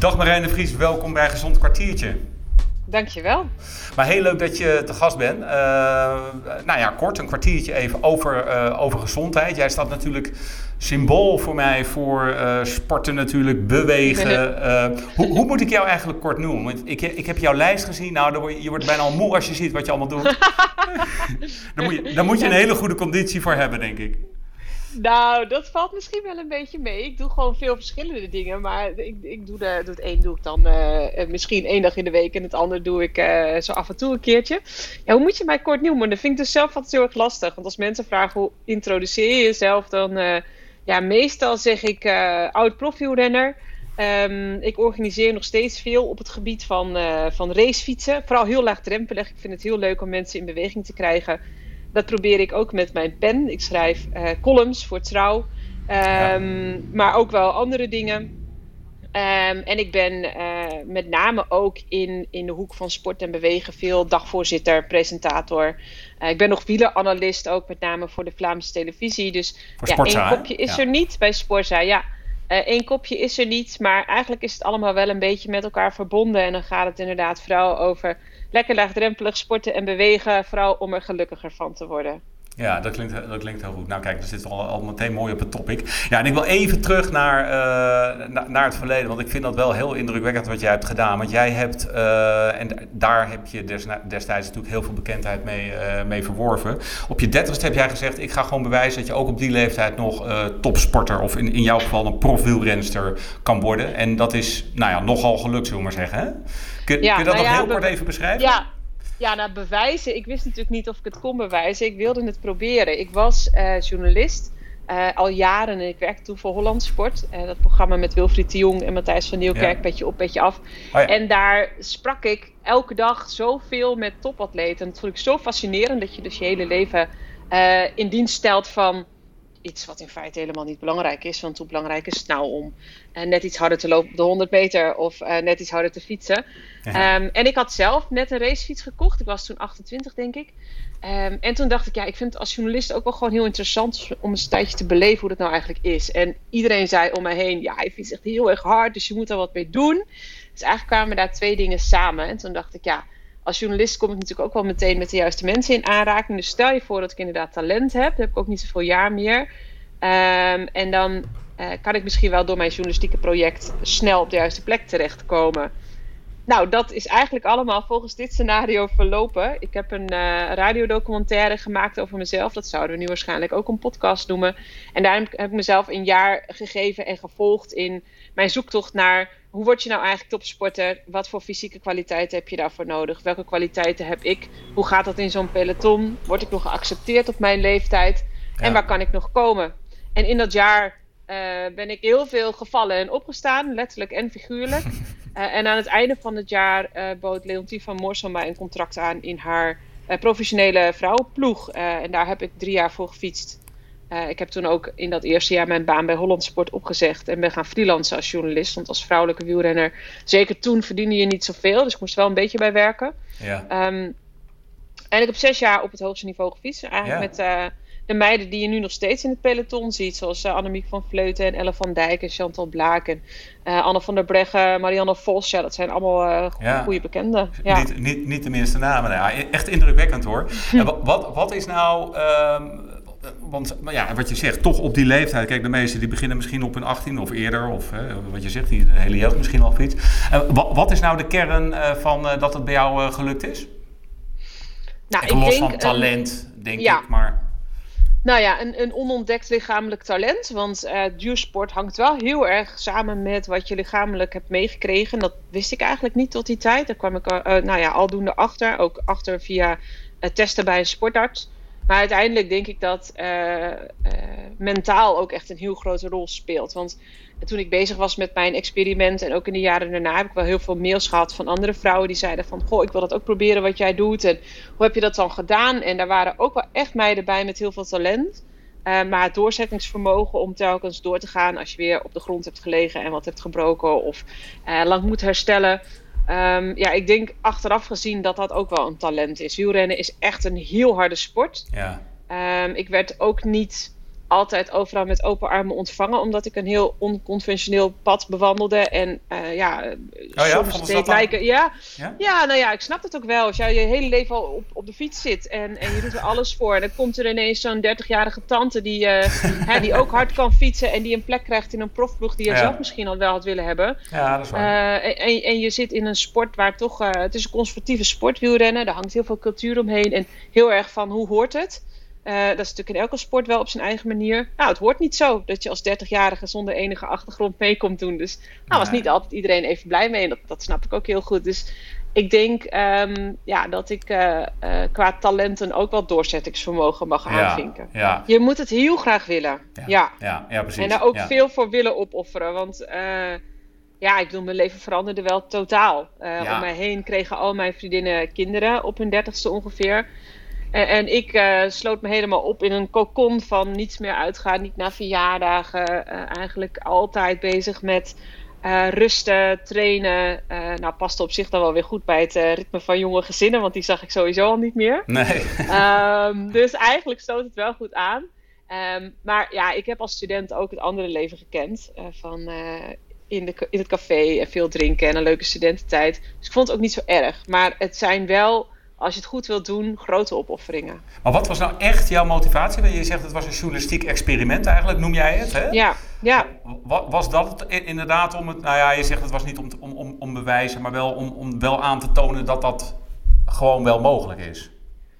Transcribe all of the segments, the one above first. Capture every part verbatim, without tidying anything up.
Dag Marijn de Vries, welkom bij Gezond Kwartiertje. Dankjewel. Maar heel leuk dat je te gast bent. Uh, nou ja, kort een kwartiertje even over, uh, over gezondheid. Jij staat natuurlijk symbool voor mij voor uh, sporten natuurlijk, bewegen. Uh, hoe, hoe moet ik jou eigenlijk kort noemen? Want ik, ik heb jouw lijst gezien. Nou, dan word je, je wordt bijna al moe als je ziet wat je allemaal doet. dan, moet je, dan moet je een hele goede conditie voor hebben, denk ik. Nou, dat valt misschien wel een beetje mee. Ik doe gewoon veel verschillende dingen. Maar ik, ik doe, de, doe het een doe ik dan uh, misschien één dag in de week. En het ander doe ik uh, zo af en toe een keertje. Ja, hoe moet je mij kort noemen? Dat vind ik dus zelf altijd heel erg lastig. Want als mensen vragen hoe introduceer je jezelf, dan uh, ja, meestal zeg ik uh, oud profielrenner. Um, ik organiseer nog steeds veel op het gebied van, uh, van racefietsen. Vooral heel laagdrempelig. Ik vind het heel leuk om mensen in beweging te krijgen. Dat probeer ik ook met mijn pen. Ik schrijf uh, columns voor Trouw. Um, ja. Maar ook wel andere dingen. Um, en ik ben uh, met name ook in, in de hoek van sport en bewegen veel dagvoorzitter, presentator. Uh, ik ben nog wieleranalist, ook met name voor de Vlaamse televisie. Dus voor ja, Sportza, één kopje is ja. er niet bij Sportza. Ja, één uh, kopje is er niet. Maar eigenlijk is het allemaal wel een beetje met elkaar verbonden. En dan gaat het inderdaad vooral over lekker laagdrempelig sporten en bewegen, vooral om er gelukkiger van te worden. Ja, dat klinkt, dat klinkt heel goed. Nou kijk, dat zit al, al meteen mooi op het topic. Ja, en ik wil even terug naar, uh, na, naar het verleden, want ik vind dat wel heel indrukwekkend wat jij hebt gedaan. Want jij hebt, uh, en daar heb je des, destijds natuurlijk heel veel bekendheid mee, uh, mee verworven. Op je dertigste heb jij gezegd, ik ga gewoon bewijzen dat je ook op die leeftijd nog uh, topsporter, of in, in jouw geval een profwielrenster kan worden. En dat is, nou ja, nogal gelukt, zullen we maar zeggen. Hè? Kun, ja, kun je dat nou nog ja, heel be- kort even beschrijven? Ja. Ja, nou bewijzen. Ik wist natuurlijk niet of ik het kon bewijzen. Ik wilde het proberen. Ik was uh, journalist uh, al jaren en ik werkte toen voor Holland Sport. Uh, dat programma met Wilfried de Jong en Matthijs van Nieuwkerk, ja. Petje op, petje af. Oh ja. En daar sprak ik elke dag zoveel met topatleten. En dat vond ik zo fascinerend dat je dus je hele leven uh, in dienst stelt van iets wat in feite helemaal niet belangrijk is. Want hoe belangrijk is het nou om uh, net iets harder te lopen op de honderd meter of uh, net iets harder te fietsen. Ja. Um, en ik had zelf net een racefiets gekocht. Ik was toen achtentwintig, denk ik. Um, en toen dacht ik, ja, ik vind het als journalist ook wel gewoon heel interessant om eens een tijdje te beleven hoe dat nou eigenlijk is. En iedereen zei om me heen, ja, je fietst echt heel erg hard, dus je moet er wat mee doen. Dus eigenlijk kwamen daar twee dingen samen. En toen dacht ik, ja, als journalist kom ik natuurlijk ook wel meteen met de juiste mensen in aanraking. Dus stel je voor dat ik inderdaad talent heb. Dan heb ik ook niet zoveel jaar meer. Um, en dan uh, kan ik misschien wel door mijn journalistieke project snel op de juiste plek terechtkomen. Nou, dat is eigenlijk allemaal volgens dit scenario verlopen. Ik heb een uh, radiodocumentaire gemaakt over mezelf. Dat zouden we nu waarschijnlijk ook een podcast noemen. En daarin heb ik mezelf een jaar gegeven en gevolgd in mijn zoektocht naar hoe word je nou eigenlijk topsporter? Wat voor fysieke kwaliteiten heb je daarvoor nodig? Welke kwaliteiten heb ik? Hoe gaat dat in zo'n peloton? Word ik nog geaccepteerd op mijn leeftijd? En ja. waar kan ik nog komen? En in dat jaar uh, ben ik heel veel gevallen en opgestaan, letterlijk en figuurlijk. Uh, en aan het einde van het jaar uh, bood Leontien van Moorsel mij een contract aan in haar uh, professionele vrouwenploeg. Uh, en daar heb ik drie jaar voor gefietst. Uh, ik heb toen ook in dat eerste jaar mijn baan bij Holland Sport opgezegd en ben gaan freelancen als journalist. Want als vrouwelijke wielrenner, zeker toen verdiende je niet zoveel. Dus ik moest er wel een beetje bij werken. Ja. Um, en ik heb zes jaar op het hoogste niveau gefietst. Eigenlijk ja. met uh, de meiden die je nu nog steeds in het peloton ziet. Zoals uh, Annemiek van Vleuten en Elle van Dijk en Chantal Blaak. En uh, Anne van der Breggen, Marianne Vos. Ja, dat zijn allemaal uh, ja. goede bekenden. Ja. Niet, niet, niet de minste namen. Nou, ja, echt indrukwekkend hoor. En wat, wat, wat is nou... Um, Want ja, wat je zegt, toch op die leeftijd. Kijk, de meesten die beginnen misschien op hun achttiende of eerder. Of hè, wat je zegt, die de hele jeugd misschien al fietst. Uh, wat, wat is nou de kern uh, van uh, dat het bij jou uh, gelukt is? Nou, ik los denk, van talent, uh, denk ja. ik. Maar... Nou ja, een, een onontdekt lichamelijk talent. Want uh, duursport hangt wel heel erg samen met wat je lichamelijk hebt meegekregen. Dat wist ik eigenlijk niet tot die tijd. Daar kwam ik uh, nou ja, aldoende achter. Ook achter via uh, testen bij een sportarts. Maar uiteindelijk denk ik dat uh, uh, mentaal ook echt een heel grote rol speelt. Want toen ik bezig was met mijn experiment en ook in de jaren daarna heb ik wel heel veel mails gehad van andere vrouwen die zeiden van goh, ik wil dat ook proberen wat jij doet en hoe heb je dat dan gedaan? En daar waren ook wel echt meiden bij met heel veel talent. Uh, maar het doorzettingsvermogen om telkens door te gaan als je weer op de grond hebt gelegen en wat hebt gebroken of uh, lang moet herstellen. Um, ja, ik denk achteraf gezien dat dat ook wel een talent is. Wielrennen is echt een heel harde sport. Ja. Um, ik werd ook niet altijd overal met open armen ontvangen. Omdat ik een heel onconventioneel pad bewandelde. En uh, ja, oh ja, soms deed lijken. Ja, ja? ja, nou ja, ik snap het ook wel. Als jij je hele leven al op, op de fiets zit en, en je doet er alles voor. En dan komt er ineens zo'n dertigjarige tante die, uh, hè, die ook hard kan fietsen. En die een plek krijgt in een profploeg die je ja. zelf misschien al wel had willen hebben. Ja, dat is waar. Uh, en, en je zit in een sport waar toch, uh, het is een conservatieve sport, wielrennen. Daar hangt heel veel cultuur omheen. En heel erg van, hoe hoort het? Uh, dat is natuurlijk in elke sport wel op zijn eigen manier. Nou, het hoort niet zo dat je als dertigjarige zonder enige achtergrond mee komt doen. Dus nou, was niet altijd iedereen even blij mee. En dat, dat snap ik ook heel goed. Dus ik denk um, ja, dat ik uh, uh, qua talenten ook wel doorzettingsvermogen mag ja, aanvinken. Ja. Je moet het heel graag willen. Ja, ja. ja, ja precies. En daar ook ja. veel voor willen opofferen. Want uh, ja, ik bedoel, mijn leven veranderde wel totaal. Uh, ja. Om mij heen kregen al mijn vriendinnen kinderen op hun dertigste ongeveer. En, en ik uh, sloot me helemaal op in een cocon van niets meer uitgaan, niet naar verjaardagen. Uh, eigenlijk altijd bezig met uh, rusten, trainen. Uh, nou, paste op zich dan wel weer goed bij het uh, ritme van jonge gezinnen, want die zag ik sowieso al niet meer. Nee. um, dus eigenlijk stoot het wel goed aan. Um, maar ja, ik heb als student ook het andere leven gekend. Uh, van uh, in, de, in het café en veel drinken en een leuke studententijd. Dus ik vond het ook niet zo erg. Maar het zijn wel, als je het goed wilt doen, grote opofferingen. Maar wat was nou echt jouw motivatie? Want je zegt het was een journalistiek experiment eigenlijk, noem jij het, hè? Ja, ja. Was dat inderdaad om het, nou ja, je zegt het was niet om, om, om, om bewijzen, maar wel om, om wel aan te tonen dat dat gewoon wel mogelijk is?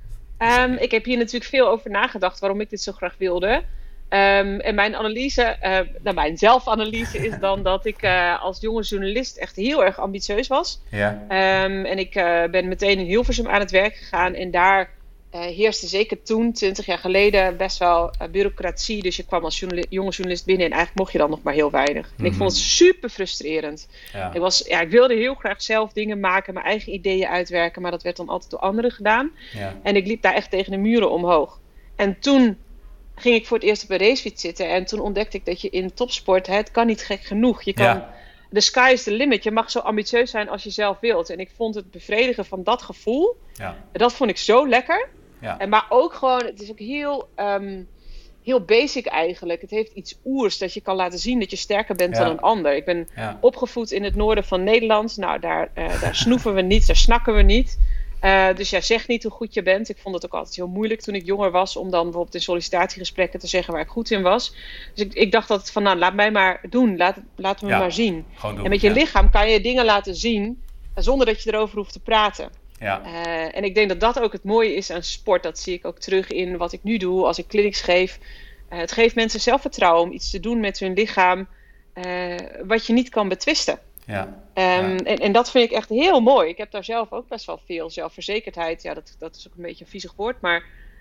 Um, ik heb hier natuurlijk veel over nagedacht waarom ik dit zo graag wilde. Um, en mijn analyse, uh, nou mijn zelfanalyse is dan dat ik uh, als jonge journalist echt heel erg ambitieus was. Ja. Um, en ik uh, ben meteen in Hilversum aan het werk gegaan en daar uh, heerste zeker toen, twintig jaar geleden, best wel uh, bureaucratie. Dus je kwam als journali- jonge journalist binnen en eigenlijk mocht je dan nog maar heel weinig. En mm-hmm. ik vond het super frustrerend. Ja. Ik, was, ja, ik wilde heel graag zelf dingen maken, mijn eigen ideeën uitwerken, maar dat werd dan altijd door anderen gedaan. Ja. En ik liep daar echt tegen de muren omhoog. En toen ging ik voor het eerst op een racefiets zitten en toen ontdekte ik dat je in topsport, hè, het kan niet gek genoeg. Je kan, ja. The sky is the limit. Je mag zo ambitieus zijn als je zelf wilt. En ik vond het bevredigen van dat gevoel, ja. dat vond ik zo lekker. Ja. En maar ook gewoon, het is ook heel, um, heel basic eigenlijk. Het heeft iets oers dat je kan laten zien dat je sterker bent ja. dan een ander. Ik ben ja. opgevoed in het noorden van Nederland. Nou, daar, uh, daar snoeven we niet, daar snakken we niet. Uh, dus jij zegt niet hoe goed je bent. Ik vond het ook altijd heel moeilijk toen ik jonger was om dan bijvoorbeeld in sollicitatiegesprekken te zeggen waar ik goed in was. Dus ik, ik dacht dat van nou, laat mij maar doen. Laat, laat me ja, maar zien. Doen, en met je ja. lichaam kan je dingen laten zien zonder dat je erover hoeft te praten. Ja. Uh, en ik denk dat dat ook het mooie is aan sport. Dat zie ik ook terug in wat ik nu doe als ik clinics geef. Uh, het geeft mensen zelfvertrouwen om iets te doen met hun lichaam uh, wat je niet kan betwisten. Ja, um, ja. En, en dat vind ik echt heel mooi. Ik heb daar zelf ook best wel veel zelfverzekerdheid. Ja, dat, dat is ook een beetje een viezig woord. Maar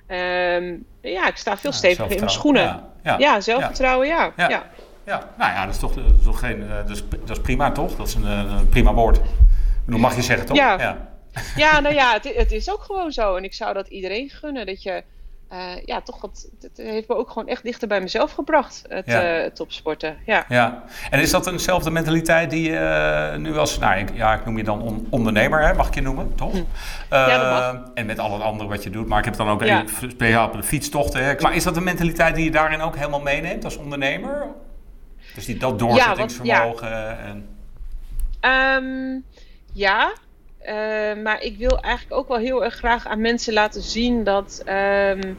um, ja, ik sta veel ja, steviger in mijn schoenen. Ja, ja. ja zelfvertrouwen, ja. Ja. Ja. ja. Nou ja, dat is toch, dat is toch geen, dat is, dat is prima, toch? Dat is een, een prima woord. Dat mag je zeggen, toch? Ja, ja. ja nou ja, het, het is ook gewoon zo. En ik zou dat iedereen gunnen. Dat je, uh, ja, toch, het, het heeft me ook gewoon echt dichter bij mezelf gebracht, het, ja. uh, topsporten. Ja. ja. En is dat eenzelfde mentaliteit die je uh, nu als, nou, ik, ja, ik noem je dan on- ondernemer, hè, mag ik je noemen, toch? Hm. Uh, ja, dat mag. En met al het andere wat je doet, maar ik heb dan ook ja. even speciaal op de fietstochten. Hè. Maar is dat een mentaliteit die je daarin ook helemaal meeneemt als ondernemer? Dus die, dat doorzettingsvermogen? Ja, want, ja. En... Um, ja. Uh, maar ik wil eigenlijk ook wel heel erg graag aan mensen laten zien dat um,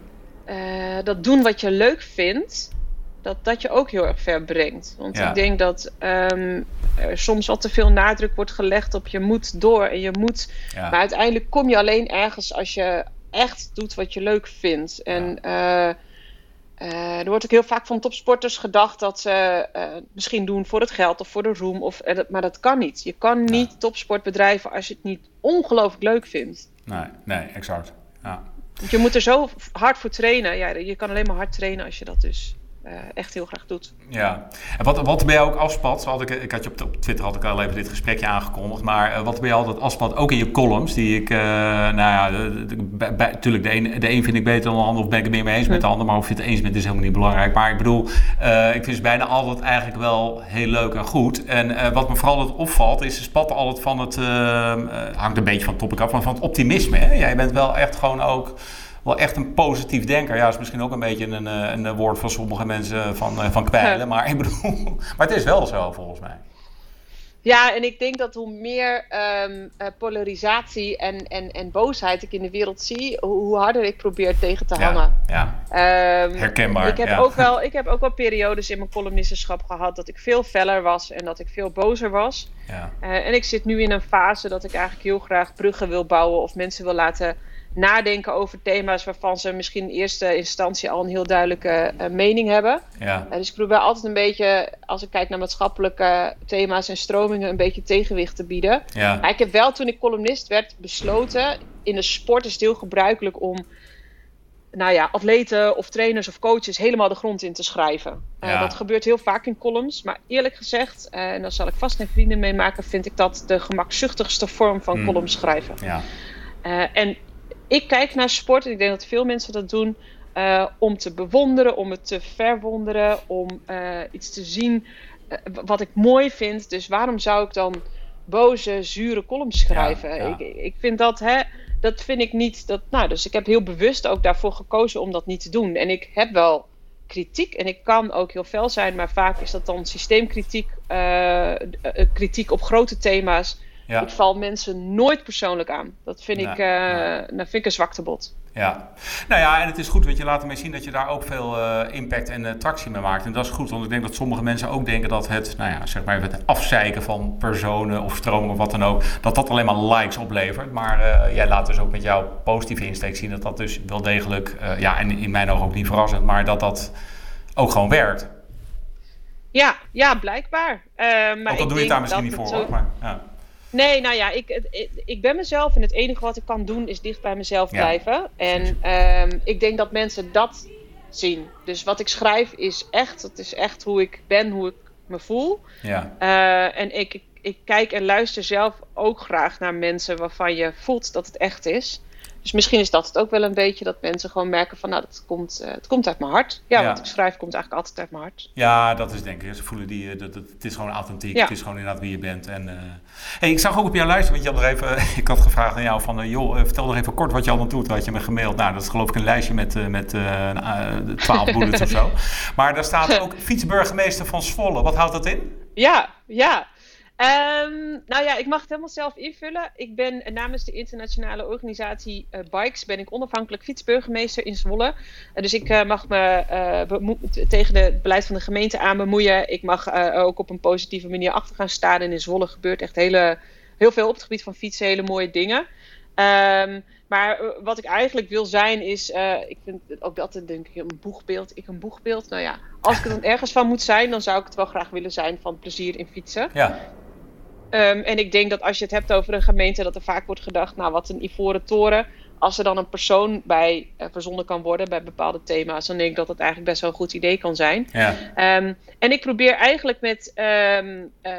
uh, dat doen wat je leuk vindt, dat dat je ook heel erg ver brengt. Want ja. ik denk dat um, er soms wat te veel nadruk wordt gelegd op je moet door en je moet. Ja. Maar uiteindelijk kom je alleen ergens als je echt doet wat je leuk vindt. En ja. uh, Uh, er wordt ook heel vaak van topsporters gedacht dat ze uh, misschien doen voor het geld of voor de roem. Of, uh, maar dat kan niet. Je kan niet ja. topsport bedrijven als je het niet ongelooflijk leuk vindt. Nee, nee, exact. Ja. Want je moet er zo hard voor trainen. Ja, je kan alleen maar hard trainen als je dat dus uh, echt heel graag doet. Ja, en wat, wat bij jou ook afspat, had ik, ik had je op, op Twitter had ik al even dit gesprekje aangekondigd, maar uh, wat bij jou altijd afspat, ook in je columns, die ik, uh, nou ja, natuurlijk de, de, de een vind ik beter dan de ander, of ben ik het meer mee eens hm. met de ander, maar of je het eens bent is helemaal niet belangrijk. Maar ik bedoel, uh, ik vind ze bijna altijd eigenlijk wel heel leuk en goed. En uh, wat me vooral het opvalt, is ze spatten altijd van het, uh, uh, hangt een beetje van het topic af, maar van het optimisme. Hè? Jij bent wel echt gewoon ook wel echt een positief denker. Ja, dat is misschien ook een beetje een, een, een woord van sommige mensen van, van kwijlen. Ja. Maar ik bedoel, maar het is wel zo volgens mij. Ja, en ik denk dat hoe meer um, uh, polarisatie en, en, en boosheid ik in de wereld zie, hoe, hoe harder ik probeer tegen te hangen. Ja, ja. Um, herkenbaar. Ik heb, ja. ook wel, ik heb ook wel periodes in mijn columnistenschap gehad dat ik veel feller was en dat ik veel bozer was. Ja. Uh, en ik zit nu in een fase dat ik eigenlijk heel graag bruggen wil bouwen of mensen wil laten nadenken over thema's waarvan ze misschien in eerste instantie al een heel duidelijke uh, mening hebben. Ja. Uh, dus ik probeer altijd een beetje, als ik kijk naar maatschappelijke thema's en stromingen, een beetje tegenwicht te bieden. Ja. Maar ik heb wel, toen ik columnist werd, besloten, in de sport is het heel gebruikelijk om, nou ja, atleten of trainers of coaches helemaal de grond in te schrijven. Uh, Ja. Dat gebeurt heel vaak in columns, maar eerlijk gezegd, uh, en daar zal ik vast geen vrienden mee maken, vind ik dat de gemakzuchtigste vorm van Hmm. columns schrijven. Ja. Uh, en ik kijk naar sport, en ik denk dat veel mensen dat doen, uh, om te bewonderen, om het te verwonderen, om uh, iets te zien uh, wat ik mooi vind. Dus waarom zou ik dan boze, zure columns schrijven? Ja, ja. Ik, ik vind dat, hè, dat vind ik niet, dat, nou, dus ik heb heel bewust ook daarvoor gekozen om dat niet te doen. En ik heb wel kritiek en ik kan ook heel fel zijn, maar vaak is dat dan systeemkritiek, uh, uh, kritiek op grote thema's. Ja. Ik val mensen nooit persoonlijk aan. Dat vind, Nee, ik, uh, nee. nou, vind ik een zwaktebod. Ja, nou ja, en het is goed, want je laat ermee zien dat je daar ook veel uh, impact en uh, tractie mee maakt. En dat is goed, want ik denk dat sommige mensen ook denken dat het, nou ja, zeg maar het afzeiken van personen of stromingen of wat dan ook, dat dat alleen maar likes oplevert. Maar uh, jij laat dus ook met jouw positieve insteek zien dat dat dus wel degelijk, uh, ja, en in mijn ogen ook niet verrassend, maar dat dat ook gewoon werkt. Ja, ja, blijkbaar. Uh, maar ook al ik doe je denk het daar misschien niet dat voor, het hoor, zo... maar ja. Nee, nou ja, ik, ik, ik ben mezelf en het enige wat ik kan doen is dicht bij mezelf Ja. blijven. En um, ik denk dat mensen dat zien. Dus wat ik schrijf is echt, het is echt hoe ik ben, hoe ik me voel. Ja. Uh, en ik, ik, ik kijk en luister zelf ook graag naar mensen waarvan je voelt dat het echt is. Dus misschien is dat het ook wel een beetje, dat mensen gewoon merken van, nou, dat komt, uh, het komt uit mijn hart. Ja, Ja. wat ik schrijf komt eigenlijk altijd uit mijn hart. Ja, dat is denk ik. Ze voelen die, dat, dat, het is gewoon authentiek. Ja. Het is gewoon inderdaad wie je bent. En, uh... hey, ik zag ook op jouw lijst, want je had er even, ik had gevraagd aan jou van, uh, joh, uh, vertel nog even kort wat je allemaal doet. Had je me gemaild. Nou, dat is geloof ik een lijstje met, uh, met uh, uh, twaalf bullets of zo. Maar daar staat ook fietsburgemeester van Zwolle. Wat houdt dat in? Ja, ja. Um, nou ja, ik mag het helemaal zelf invullen. Ik ben uh, namens de internationale organisatie uh, Bikes ben ik onafhankelijk fietsburgemeester in Zwolle. Uh, dus ik uh, mag me uh, bemo- tegen het beleid van de gemeente aan bemoeien. Ik mag uh, ook op een positieve manier achter gaan staan. En in Zwolle gebeurt echt hele, heel veel op het gebied van fietsen, hele mooie dingen. Um, maar uh, wat ik eigenlijk wil zijn is, uh, ik vind ook dat denk ik een boegbeeld. Ik een boegbeeld. Nou ja, als ik er dan ergens van moet zijn, dan zou ik het wel graag willen zijn van plezier in fietsen. Ja. Um, en ik denk dat als je het hebt over een gemeente, dat er vaak wordt gedacht, nou wat een ivoren toren. Als er dan een persoon bij uh, verzonnen kan worden bij bepaalde thema's, dan denk ik dat dat eigenlijk best wel een goed idee kan zijn. Ja. Um, en ik probeer eigenlijk met um, uh,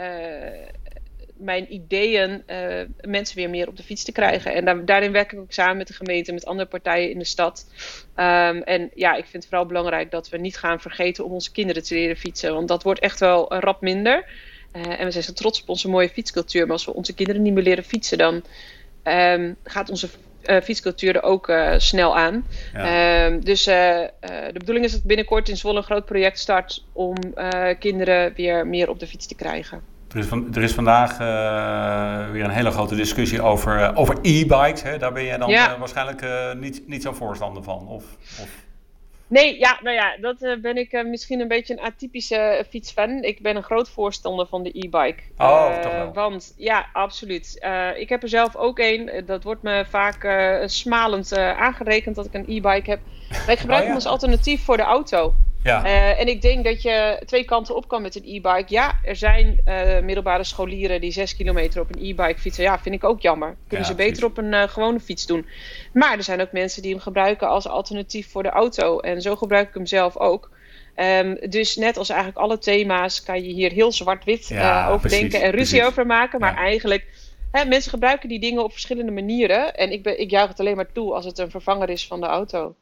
mijn ideeën uh, mensen weer meer op de fiets te krijgen. En daar, daarin werk ik ook samen met de gemeente, met andere partijen in de stad. Um, en ja, ik vind het vooral belangrijk dat we niet gaan vergeten om onze kinderen te leren fietsen. Want dat wordt echt wel een rap minder. Uh, en we zijn zo trots op onze mooie fietscultuur. Maar als we onze kinderen niet meer leren fietsen, dan um, gaat onze uh, fietscultuur er ook uh, snel aan. Ja. Um, dus uh, uh, de bedoeling is dat binnenkort in Zwolle een groot project start om uh, kinderen weer meer op de fiets te krijgen. Er is, van, er is vandaag uh, weer een hele grote discussie over, uh, over e-bikes. Hè? Daar ben jij dan ja. uh, waarschijnlijk uh, niet, niet zo voorstander van. Of, of... Nee, ja, nou ja, dat uh, ben ik uh, misschien een beetje een atypische uh, fietsfan. Ik ben een groot voorstander van de e-bike. Oh, uh, toch wel. Want, ja, absoluut. Uh, ik heb er zelf ook een. Dat wordt me vaak uh, smalend uh, aangerekend dat ik een e-bike heb. Maar ik gebruik oh, ja. hem als alternatief voor de auto. Ja. Uh, en ik denk dat je twee kanten op kan met een e-bike. Ja, er zijn uh, middelbare scholieren die zes kilometer op een e-bike fietsen. Ja, vind ik ook jammer. Kunnen ja, ze beter precies. op een uh, gewone fiets doen. Maar er zijn ook mensen die hem gebruiken als alternatief voor de auto. En zo gebruik ik hem zelf ook. Um, dus net als eigenlijk alle thema's kan je hier heel zwart-wit ja, uh, over precies, denken en ruzie precies. over maken. Maar ja. eigenlijk, hè, mensen gebruiken die dingen op verschillende manieren. En ik, ben, ik juich het alleen maar toe als het een vervanger is van de auto.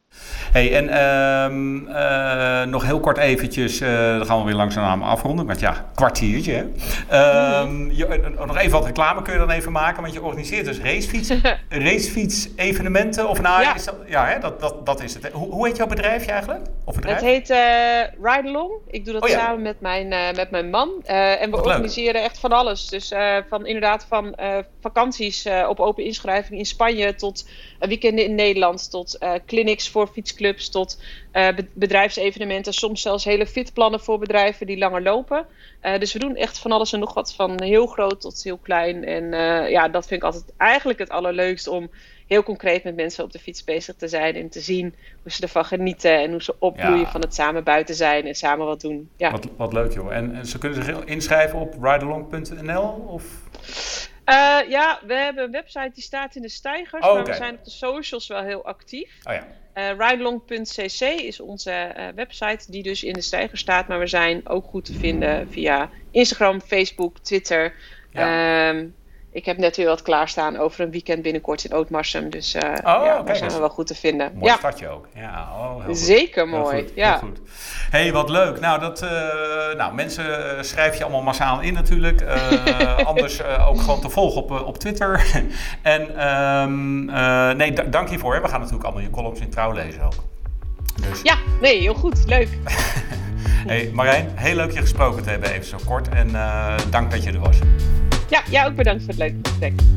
Hey, en um, uh, nog heel kort eventjes, uh, dan gaan we weer langzaam afronden, want ja, kwartiertje. Hè? Um, mm-hmm. je, uh, nog even wat reclame kun je dan even maken, want je organiseert dus racefiets, racefiets evenementen. Of nou, ja, is dat, ja hè, dat, dat, dat is het. Hoe, hoe heet jouw bedrijf eigenlijk? Of bedrijf? Het heet uh, Ride Along. Ik doe dat oh, ja. samen met mijn, uh, met mijn man. Uh, en we wat organiseren leuk. echt van alles. Dus uh, van inderdaad van uh, vakanties uh, op open inschrijving in Spanje tot uh, weekenden in Nederland, tot uh, clinics voor fietsclubs, tot uh, bedrijfsevenementen, soms zelfs hele fitplannen voor bedrijven die langer lopen. Uh, dus we doen echt van alles en nog wat, van heel groot tot heel klein. En uh, ja, dat vind ik altijd eigenlijk het allerleukst, om heel concreet met mensen op de fiets bezig te zijn en te zien hoe ze ervan genieten en hoe ze opbloeien ja. van het samen buiten zijn en samen wat doen. Ja. Wat, wat leuk joh. En, en ze kunnen zich inschrijven op ridealong punt n l of... Uh, ja, we hebben een website die staat in de steigers, oh, okay. maar we zijn op de socials wel heel actief. Oh, ja. uh, ridealong punt c c is onze uh, website die dus in de steigers staat, maar we zijn ook goed te vinden via Instagram, Facebook, Twitter. Ja. Um, ik heb net weer wat klaarstaan over een weekend binnenkort in Ootmarsum, dus uh, oh, ja, daar zijn we wel goed te vinden. Mooi ja. stadje ook. Ja, oh, heel Zeker goed. mooi. Heel goed. Ja. Heel goed. Hey, wat leuk. Nou, dat, uh, nou mensen uh, schrijf je allemaal massaal in natuurlijk. Uh, anders uh, ook gewoon te volgen op, uh, op Twitter. en um, uh, nee, d- dank hiervoor. Hè. We gaan natuurlijk allemaal je columns in Trouw lezen ook. Dus. Ja, nee, heel goed. Leuk. Hey Marijn, heel leuk je gesproken te hebben, even zo kort. En uh, dank dat je er was. Ja, jij ook bedankt voor het leuke gesprek.